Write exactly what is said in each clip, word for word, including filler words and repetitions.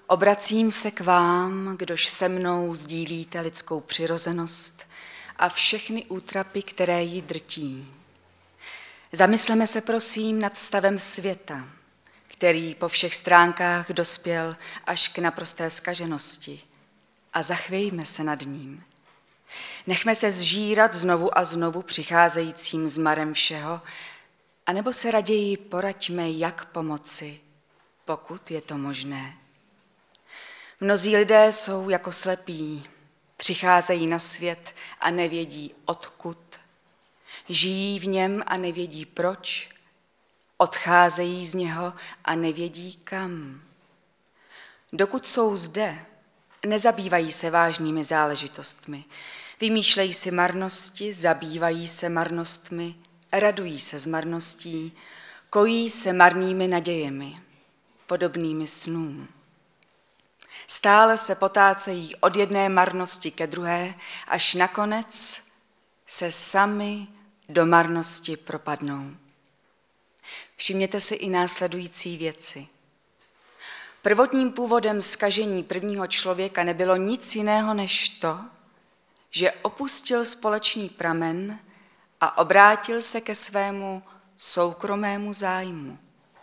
Obracím se k vám, kdož se mnou sdílíte lidskou přirozenost a všechny útrapy, které ji drtí. Zamysleme se prosím nad stavem světa, který po všech stránkách dospěl až k naprosté zkaženosti, a zachvějme se nad ním. Nechme se zžírat znovu a znovu přicházejícím zmarem všeho, anebo se raději poraďme, jak pomoci, pokud je to možné. Mnozí lidé jsou jako slepí, přicházejí na svět a nevědí odkud, žijí v něm a nevědí proč, odcházejí z něho a nevědí kam. Dokud jsou zde, nezabývají se vážnými záležitostmi, vymýšlejí si marnosti, zabývají se marnostmi, radují se z marností, kojí se marnými nadějemi, podobnými snům. Stále se potácejí od jedné marnosti ke druhé, až nakonec se sami do marnosti propadnou. Všimněte si i následující věci. Prvotním původem zkažení prvního člověka nebylo nic jiného než to, že opustil společný pramen a obrátil se ke svému soukromému zájmu.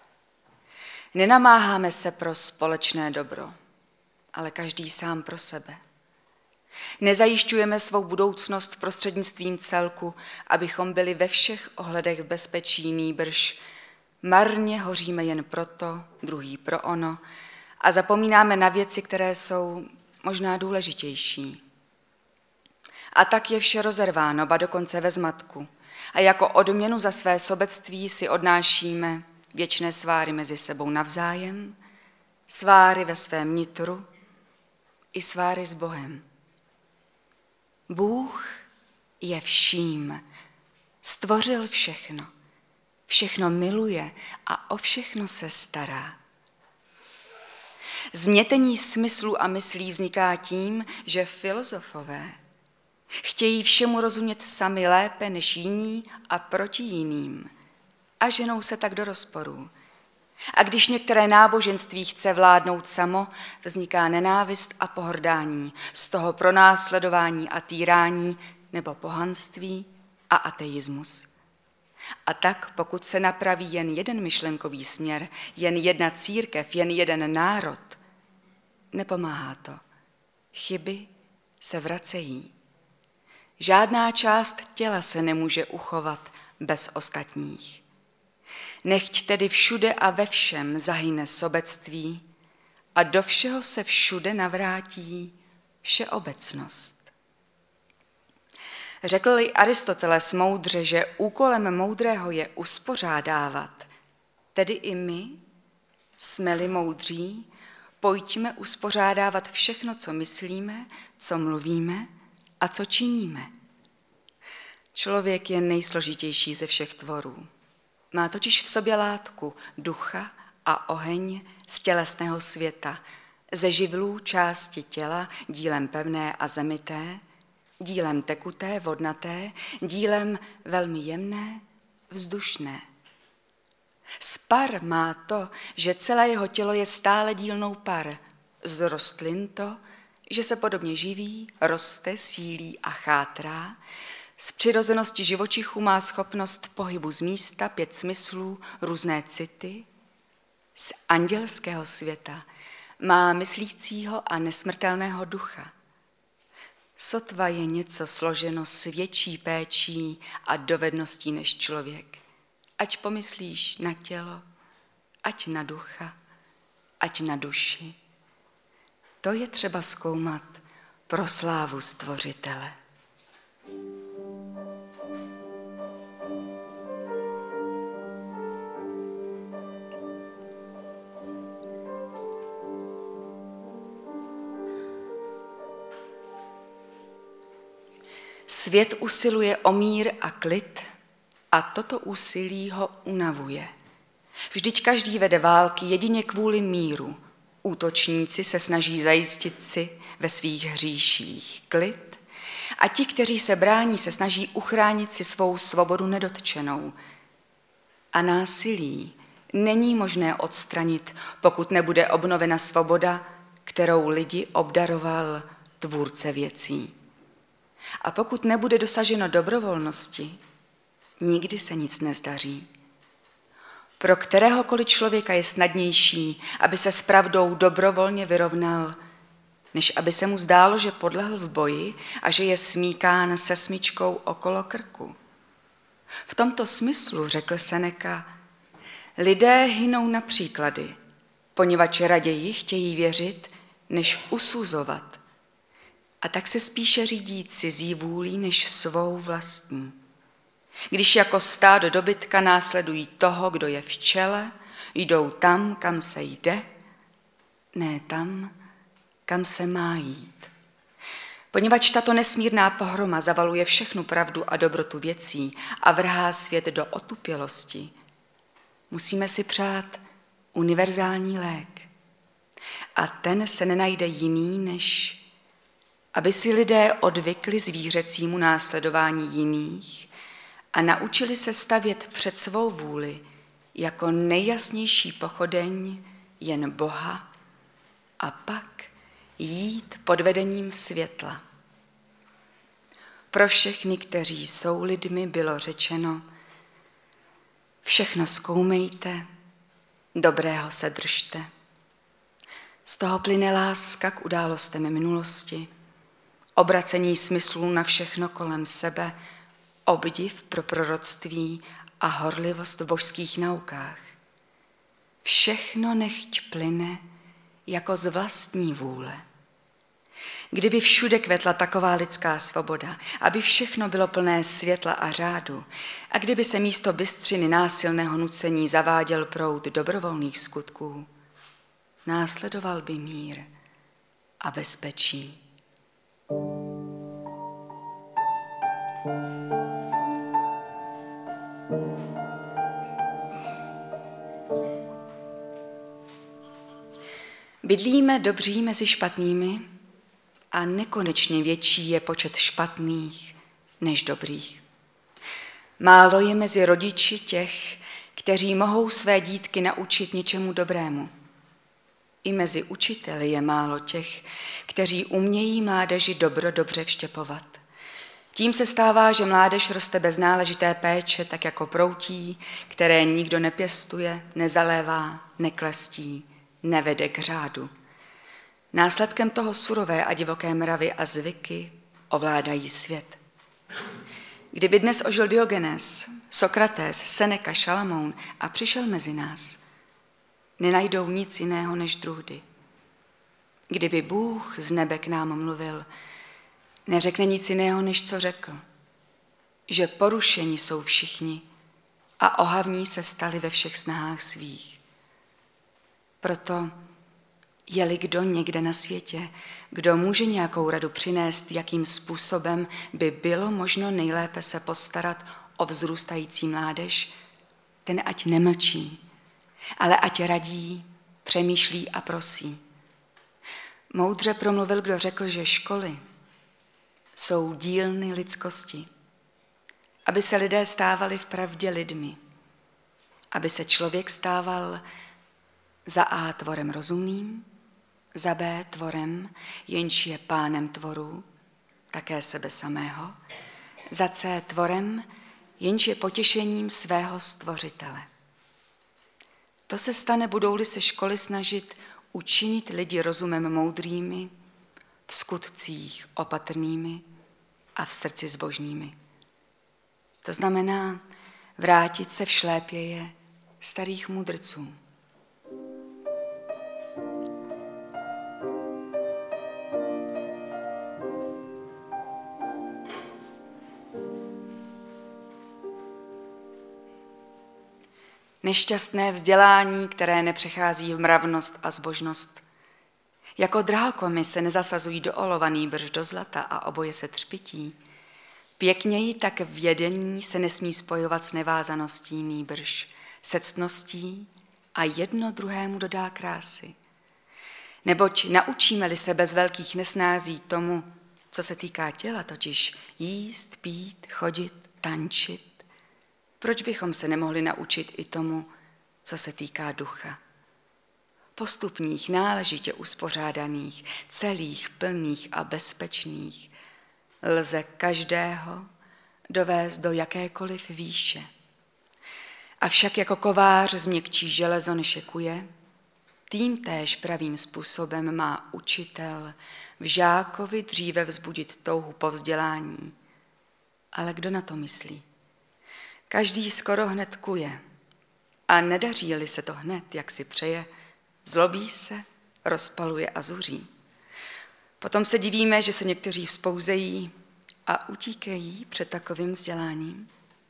Nenamáháme se pro společné dobro, ale každý sám pro sebe. Nezajišťujeme svou budoucnost prostřednictvím celku, abychom byli ve všech ohledech v bezpečí, nýbrž marně hoříme jen proto, druhý pro ono, a zapomínáme na věci, které jsou možná důležitější. A tak je vše rozerváno, ba dokonce ve zmatku. A jako odměnu za své sobectví si odnášíme věčné sváry mezi sebou navzájem, sváry ve svém nitru i sváry s Bohem. Bůh je vším, stvořil všechno, všechno miluje a o všechno se stará. Změtení smyslů a myslí vzniká tím, že filozofové chtějí všemu rozumět sami lépe než jiní a proti jiným a ženou se tak do rozporů. A když některé náboženství chce vládnout samo, vzniká nenávist a pohrdání, z toho pronásledování a týrání nebo pohanství a ateismus. A tak, pokud se napraví jen jeden myšlenkový směr, jen jedna církev, jen jeden národ, nepomáhá to. Chyby se vracejí. Žádná část těla se nemůže uchovat bez ostatních. Nechť tedy všude a ve všem zahyne sobectví a do všeho se všude navrátí všeobecnost. Řekl-li Aristoteles moudře, že úkolem moudrého je uspořádávat, tedy i my, jsme-li moudří, pojďme uspořádávat všechno, co myslíme, co mluvíme a co činíme. Člověk je nejsložitější ze všech tvorů. Má totiž v sobě látku ducha a oheň z tělesného světa, ze živlů části těla, dílem pevné a zemité, dílem tekuté, vodnaté, dílem velmi jemné, vzdušné. Spar má to, že celé jeho tělo je stále dílnou par. Z rostlin to, že se podobně živí, roste, sílí a chátrá. Z přirozenosti živočichů má schopnost pohybu z místa, pět smyslů, různé city. Z andělského světa má myslícího a nesmrtelného ducha. Sotva je něco složeno s větší péčí a dovedností než člověk. Ať pomyslíš na tělo, ať na ducha, ať na duši. To je třeba zkoumat pro slávu Stvořitele. Svět usiluje o mír a klid a toto úsilí ho unavuje. Vždyť každý vede války jedině kvůli míru. Útočníci se snaží zajistit si ve svých hříších klid a ti, kteří se brání, se snaží uchránit si svou svobodu nedotčenou. A násilí není možné odstranit, pokud nebude obnovena svoboda, kterou lidi obdaroval tvůrce věcí. A pokud nebude dosaženo dobrovolnosti, nikdy se nic nezdaří. Pro kteréhokoliv člověka je snadnější, aby se s pravdou dobrovolně vyrovnal, než aby se mu zdálo, že podlehl v boji a že je smíkán se smyčkou okolo krku. V tomto smyslu, řekl Seneca, lidé hynou na příklady, poněvadž raději chtějí věřit, než usuzovat. A tak se spíše řídí cizí vůlí, než svou vlastní. Když jako stádo dobytka následují toho, kdo je v čele, jdou tam, kam se jde, ne tam, kam se má jít. Poněvadž tato nesmírná pohroma zavaluje všechnu pravdu a dobrotu věcí a vrhá svět do otupělosti, musíme si přát univerzální lék. A ten se nenajde jiný, než aby si lidé odvykli zvířecímu následování jiných a naučili se stavět před svou vůli jako nejjasnější pochodeň jen Boha a pak jít pod vedením světla. Pro všechny, kteří jsou lidmi, bylo řečeno: všechno zkoumejte, dobrého se držte. Z toho plyne láska k událostem minulosti, obracení smyslů na všechno kolem sebe, obdiv pro proroctví a horlivost v božských naukách. Všechno nechť plyne jako z vlastní vůle. Kdyby všude kvetla taková lidská svoboda, aby všechno bylo plné světla a řádu, a kdyby se místo bystřiny násilného nucení zaváděl proud dobrovolných skutků, následoval by mír a bezpečí. Bydlíme dobří mezi špatnými a nekonečně větší je počet špatných než dobrých. Málo je mezi rodiči těch, kteří mohou své dítky naučit něčemu dobrému. I mezi učiteli je málo těch, kteří umějí mládeži dobro dobře vštěpovat. Tím se stává, že mládež roste bez náležité péče, tak jako proutí, které nikdo nepěstuje, nezalévá, neklestí, nevede k řádu. Následkem toho surové a divoké mravy a zvyky ovládají svět. Kdyby dnes ožil Diogenes, Sokrates, Seneca, Šalamoun a přišel mezi nás, nenajdou nic jiného než druhdy. Kdyby Bůh z nebe k nám mluvil, neřekne nic jiného, než co řekl, že porušení jsou všichni a ohavní se stali ve všech snahách svých. Proto je-li kdo někde na světě, kdo může nějakou radu přinést, jakým způsobem by bylo možno nejlépe se postarat o vzrůstající mládež, ten ať nemlčí, ale ať radí, přemýšlí a prosí. Moudře promluvil, kdo řekl, že školy jsou dílny lidskosti, aby se lidé stávali v pravdě lidmi, aby se člověk stával za A tvorem rozumným, za B tvorem, jenž je pánem tvorů, také sebe samého, za C tvorem, jenž je potěšením svého stvořitele. To se stane, budou-li se školy snažit učinit lidi rozumem moudrými, v skutcích opatrnými a v srdci zbožnými. To znamená vrátit se v šlépěje starých mudrců. Nešťastné vzdělání, které nepřechází v mravnost a zbožnost. Jako drahokamy se nezasazují do olova, nýbrž do zlata a oboje se třpytí. Pěkněji tak vědení se nesmí spojovat s nevázaností, nýbrž se ctností a jedno druhému dodá krásy. Neboť naučíme-li se bez velkých nesnází tomu, co se týká těla, totiž jíst, pít, chodit, tančit, proč bychom se nemohli naučit i tomu, co se týká ducha? postupných, náležitě uspořádaných, celých, plných a bezpečných, lze každého dovést do jakékoliv výše. Avšak jako kovář změkčí železo nešekuje, tím též pravým způsobem má učitel v žákovi dříve vzbudit touhu po vzdělání. Ale kdo na to myslí? Každý skoro hned kuje. A nedaří-li se to hned, jak si přeje, zlobí se, rozpaluje a zuří. Potom se divíme, že se někteří vzpouzejí a utíkají před takovým vzděláním.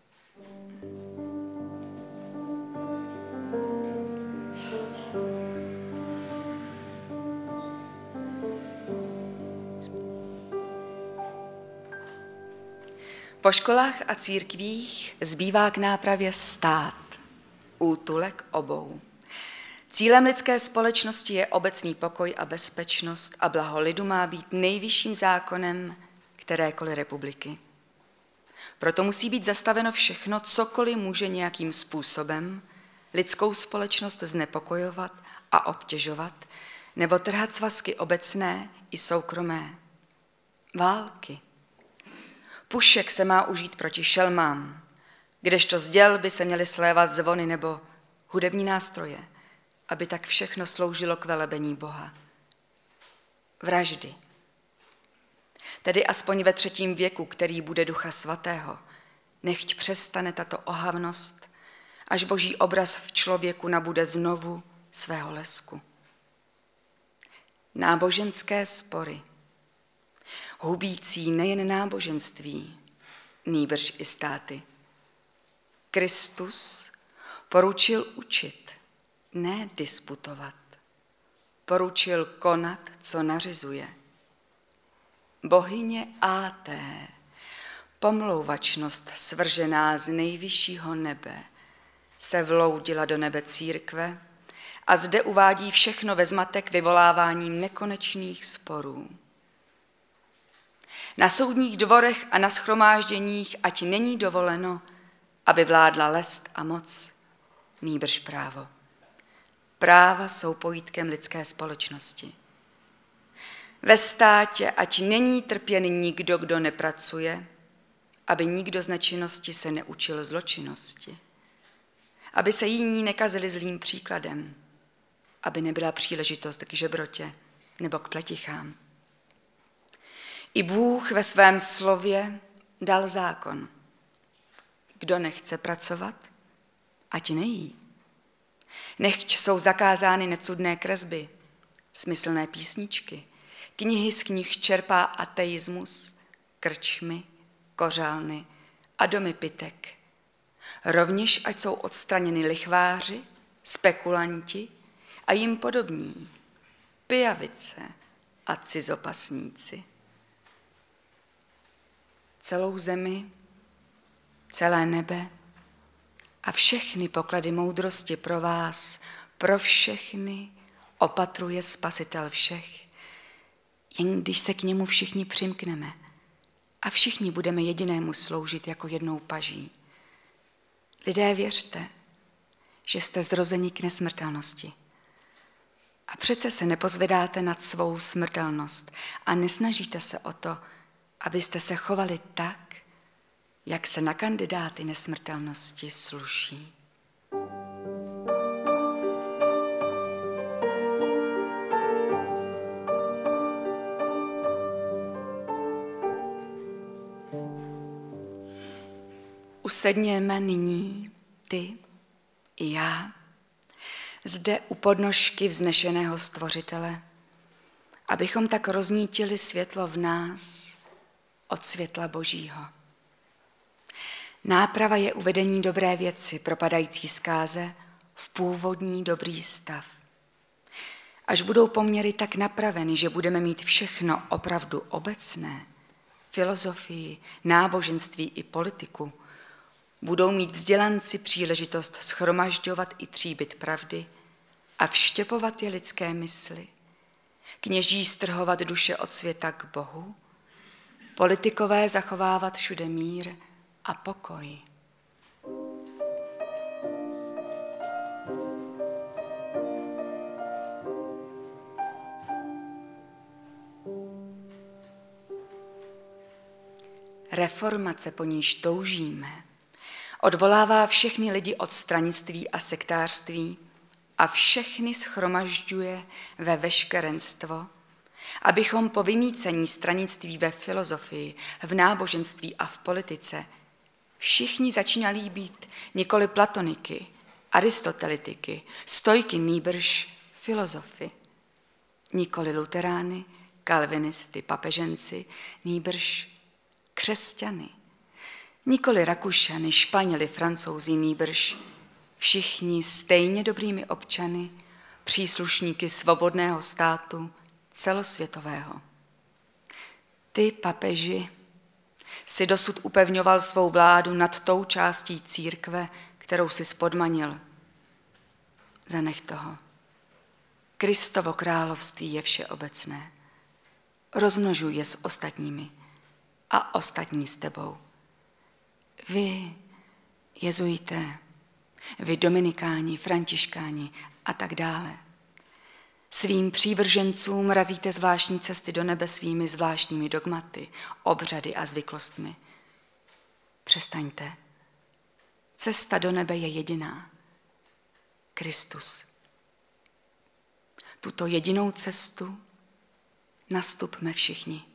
Po školách a církvích zbývá k nápravě stát, útulek obou. Cílem lidské společnosti je obecný pokoj a bezpečnost a blaho lidu má být nejvyšším zákonem kterékoliv republiky. Proto musí být zastaveno všechno, cokoliv může nějakým způsobem lidskou společnost znepokojovat a obtěžovat, nebo trhat svazky obecné i soukromé. Války. Pušek se má užít proti šelmám, kdežto z děl by se měly slévat zvony nebo hudební nástroje, aby tak všechno sloužilo k velebení Boha. Vraždy. Tedy aspoň ve třetím věku, který bude Ducha Svatého, nechť přestane tato ohavnost, až Boží obraz v člověku nabude znovu svého lesku. Náboženské spory, hubící nejen náboženství, nýbrž i státy. Kristus poručil učit, ne disputovat. Poručil konat, co nařizuje. Bohyně Áté, pomlouvačnost svržená z nejvyššího nebe, se vloudila do nebe církve a zde uvádí všechno ve zmatek vyvoláváním nekonečných sporů. Na soudních dvorech a na shromážděních ať není dovoleno, aby vládla lest a moc, nýbrž právo. Práva jsou pojítkem lidské společnosti. Ve státě ať není trpěn nikdo, kdo nepracuje, aby nikdo z nečinnosti se neučil zločinnosti, aby se jiní nekazili zlým příkladem, aby nebyla příležitost k žebrotě nebo k pletichám. I Bůh ve svém slově dal zákon. Kdo nechce pracovat, ať nejí. Nechť jsou zakázány necudné kresby, smyslné písničky, knihy z knih čerpá ateismus, krčmy, kořálny a domy pitek. Rovněž ať jsou odstraněni lichváři, spekulanti a jim podobní, pijavice a cizopasníci. Celou zemi, celé nebe a všechny poklady moudrosti pro vás, pro všechny opatruje Spasitel všech, jen když se k němu všichni přimkneme a všichni budeme jedinému sloužit jako jednou paží. Lidé, věřte, že jste zrozeni k nesmrtelnosti. A přece se nepozvedáte nad svou smrtelnost a nesnažíte se o to, abyste se chovali tak, jak se na kandidáty nesmrtelnosti sluší. Usedněme nyní, ty i já, zde u podnožky vznešeného Stvořitele, abychom tak roznítili světlo v nás od světla Božího. Náprava je uvedení dobré věci, propadající zkáze v původní dobrý stav. Až budou poměry tak napraveny, že budeme mít všechno opravdu obecné, filozofii, náboženství i politiku, budou mít vzdělanci příležitost shromažďovat i tříbit pravdy a vštěpovat je lidské mysli, kněží strhovat duše od světa k Bohu, politikové zachovávat všude mír a pokoj. reformace, po níž toužíme, odvolává všechny lidi od stranictví a sektářství a všechny shromažďuje ve veškerenstvo, abychom po vymýcení stranictví ve filozofii, v náboženství a v politice všichni začínali být nikoli platoniky, aristotelitiky, stojky, nýbrž filozofy, nikoli luterány, kalvinisty, papeženci, nýbrž křesťany, nikoli Rakušany, Španěli, Francouzi, nýbrž všichni stejně dobrými občany, příslušníky svobodného státu celosvětového. Ty, papeži, si dosud upevňoval svou vládu nad tou částí církve, kterou si spodmanil. Zanech toho. Kristovo království je všeobecné. Rozmnožuj je s ostatními a ostatní s tebou. Vy, jezuité, vy dominikáni, františkáni a tak dále, svým přívržencům razíte zvláštní cesty do nebe svými zvláštními dogmaty, obřady a zvyklostmi. Přestaňte. Cesta do nebe je jediná. Kristus. Tuto jedinou cestu nastupme všichni.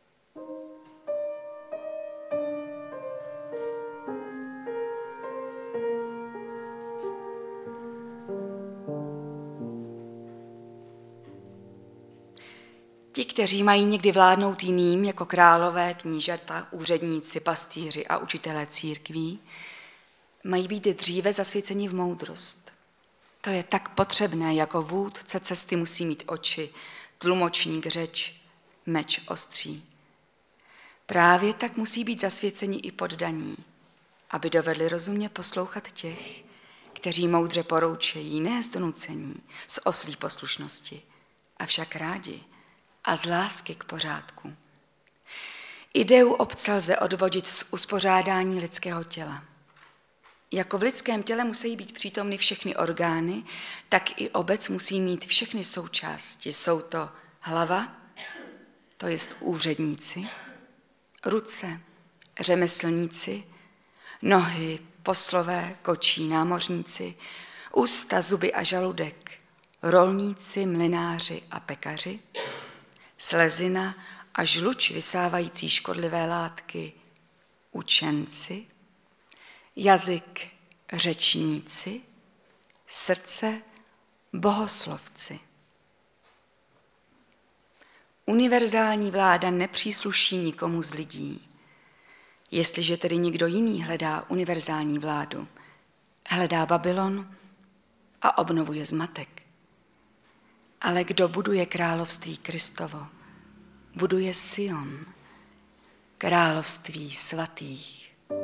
Ti, kteří mají někdy vládnout jiným jako králové, knížata, úředníci, pastýři a učitelé církví, mají být dříve zasvěceni v moudrost. To je tak potřebné, jako vůdce cesty musí mít oči, tlumočník řeč, meč ostří. Právě tak musí být zasvěceni i poddaní, aby dovedli rozumně poslouchat těch, kteří moudře poroučejí, ne z donucení, z oslí poslušnosti, avšak rádi a z lásky k pořádku. Ideu obce lze odvodit z uspořádání lidského těla. Jako v lidském těle musí být přítomny všechny orgány, tak i obec musí mít všechny součásti. Jsou to hlava, to jest úředníci, ruce, řemeslníci, nohy, poslové, kočí, námořníci, ústa, zuby a žaludek, rolníci, mlynáři a pekaři, slezina a žluč vysávající škodlivé látky, učenci, jazyk, řečníci, srdce, bohoslovci. Univerzální vláda nepřísluší nikomu z lidí. Jestliže tedy někdo jiný hledá univerzální vládu, hledá Babylon a obnovuje zmatek. Ale kdo buduje království Kristovo, buduje Sion, království svatých.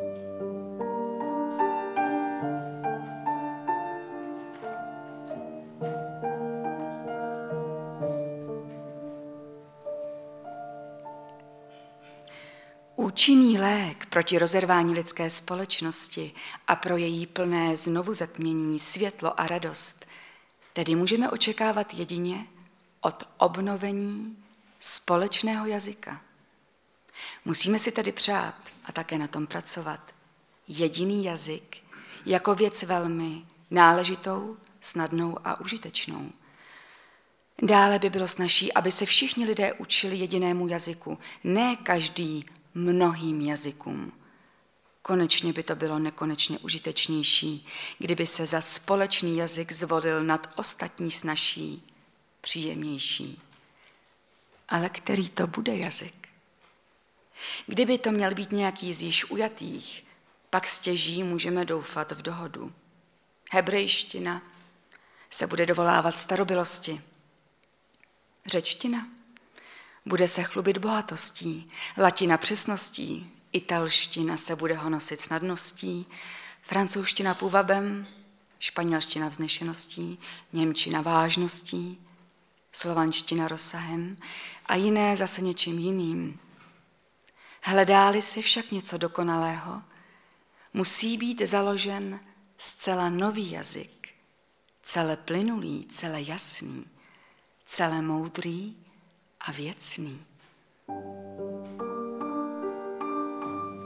Účinný lék proti rozervání lidské společnosti a pro její plné znovu zatmění, světlo a radost, tedy můžeme očekávat jedině od obnovení společného jazyka. Musíme si tedy přát a také na tom pracovat jediný jazyk jako věc velmi náležitou, snadnou a užitečnou. Dále by bylo snazší, aby se všichni lidé učili jedinému jazyku, ne každý mnohým jazykům. Konečně by to bylo nekonečně užitečnější, kdyby se za společný jazyk zvolil nad ostatní snazší, příjemnější. Ale který to bude jazyk? Kdyby to měl být nějaký z již ujatých, pak stěží můžeme doufat v dohodu. Hebrejština se bude dovolávat starobylosti. Řečtina bude se chlubit bohatostí, latina přesností, italština se bude honosit snadností, francouzština půvabem, španělština vznešeností, němčina vážností, slovanština rozsahem a jiné zase něčím jiným. Hledá-li si však něco dokonalého, musí být založen zcela nový jazyk, celé plynulý, celé jasný, celé moudrý a věcný.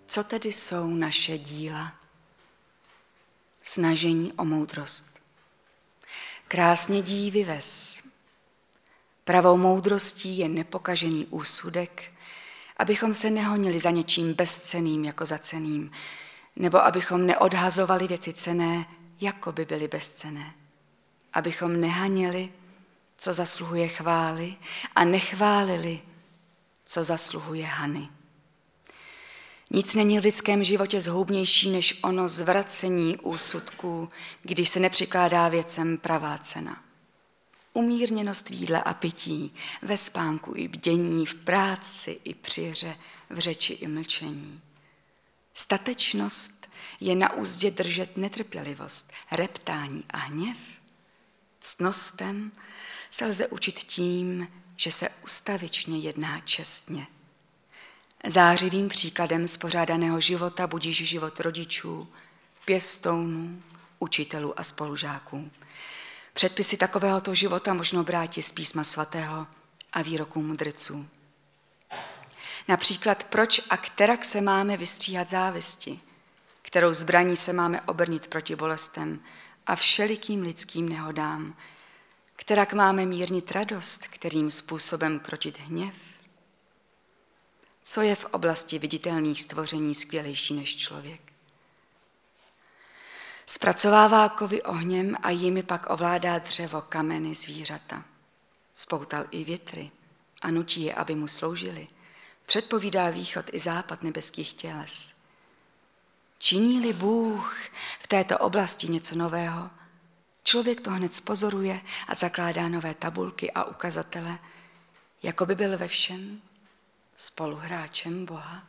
Co tedy jsou naše díla? Snažení o moudrost. Krásně dívy ves. Pravou moudrostí je nepokažený úsudek, abychom se nehonili za něčím bezcenným jako za cenným, nebo abychom neodhazovali věci cenné, jako by byly bezcenné. Abychom nehanili, co zasluhuje chvály, a nechválili, co zasluhuje hany. Nic není v lidském životě zhoubnější než ono zvracení úsudků, když se nepřikládá věcem pravá cena. Umírněnost v jídle a pití, ve spánku i bdění, v práci i při hře, v řeči i mlčení. Statečnost je na úzdě držet netrpělivost, reptání a hněv. Ctnostem se lze učit tím, že se ustavičně jedná čestně. Zářivým příkladem spořádaného života budíš život rodičů, pěstounů, učitelů a spolužáků. Předpisy takovéhoto života možno bráti z písma svatého a výroků mudrců. Například proč a kterak se máme vystříhat závisti, kterou zbraní se máme obrnit proti bolestem a všelikým lidským nehodám, kterak máme mírnit radost, kterým způsobem krotit hněv. Co je v oblasti viditelných stvoření skvělejší než člověk? Zpracovává kovy ohněm a jimi pak ovládá dřevo, kameny, zvířata. Spoutal i větry a nutí je, aby mu sloužili. Předpovídá východ i západ nebeských těles. Činí-li Bůh v této oblasti něco nového, člověk to hned pozoruje a zakládá nové tabulky a ukazatele, jako by byl ve všem spoluhráčem Boha.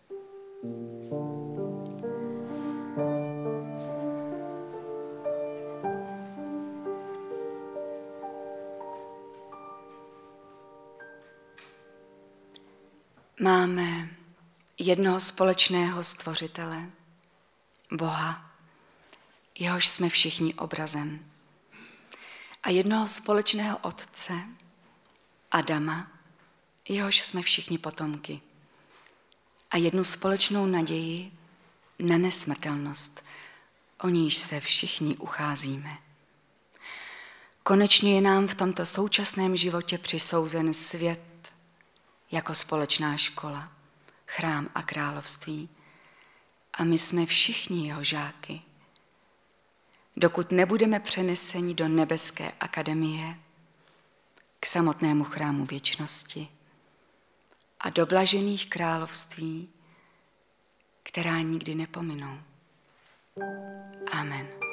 Máme jednoho společného stvořitele, Boha, jehož jsme všichni obrazem, a jednoho společného otce, Adama, jehož jsme všichni potomky, a jednu společnou naději na nesmrtelnost, o níž se všichni ucházíme. Konečně je nám v tomto současném životě přisouzen svět jako společná škola, chrám a království, a my jsme všichni jeho žáky. Dokud nebudeme přeneseni do nebeské akademie, k samotnému chrámu věčnosti a do blažených království, která nikdy nepominou. Amen.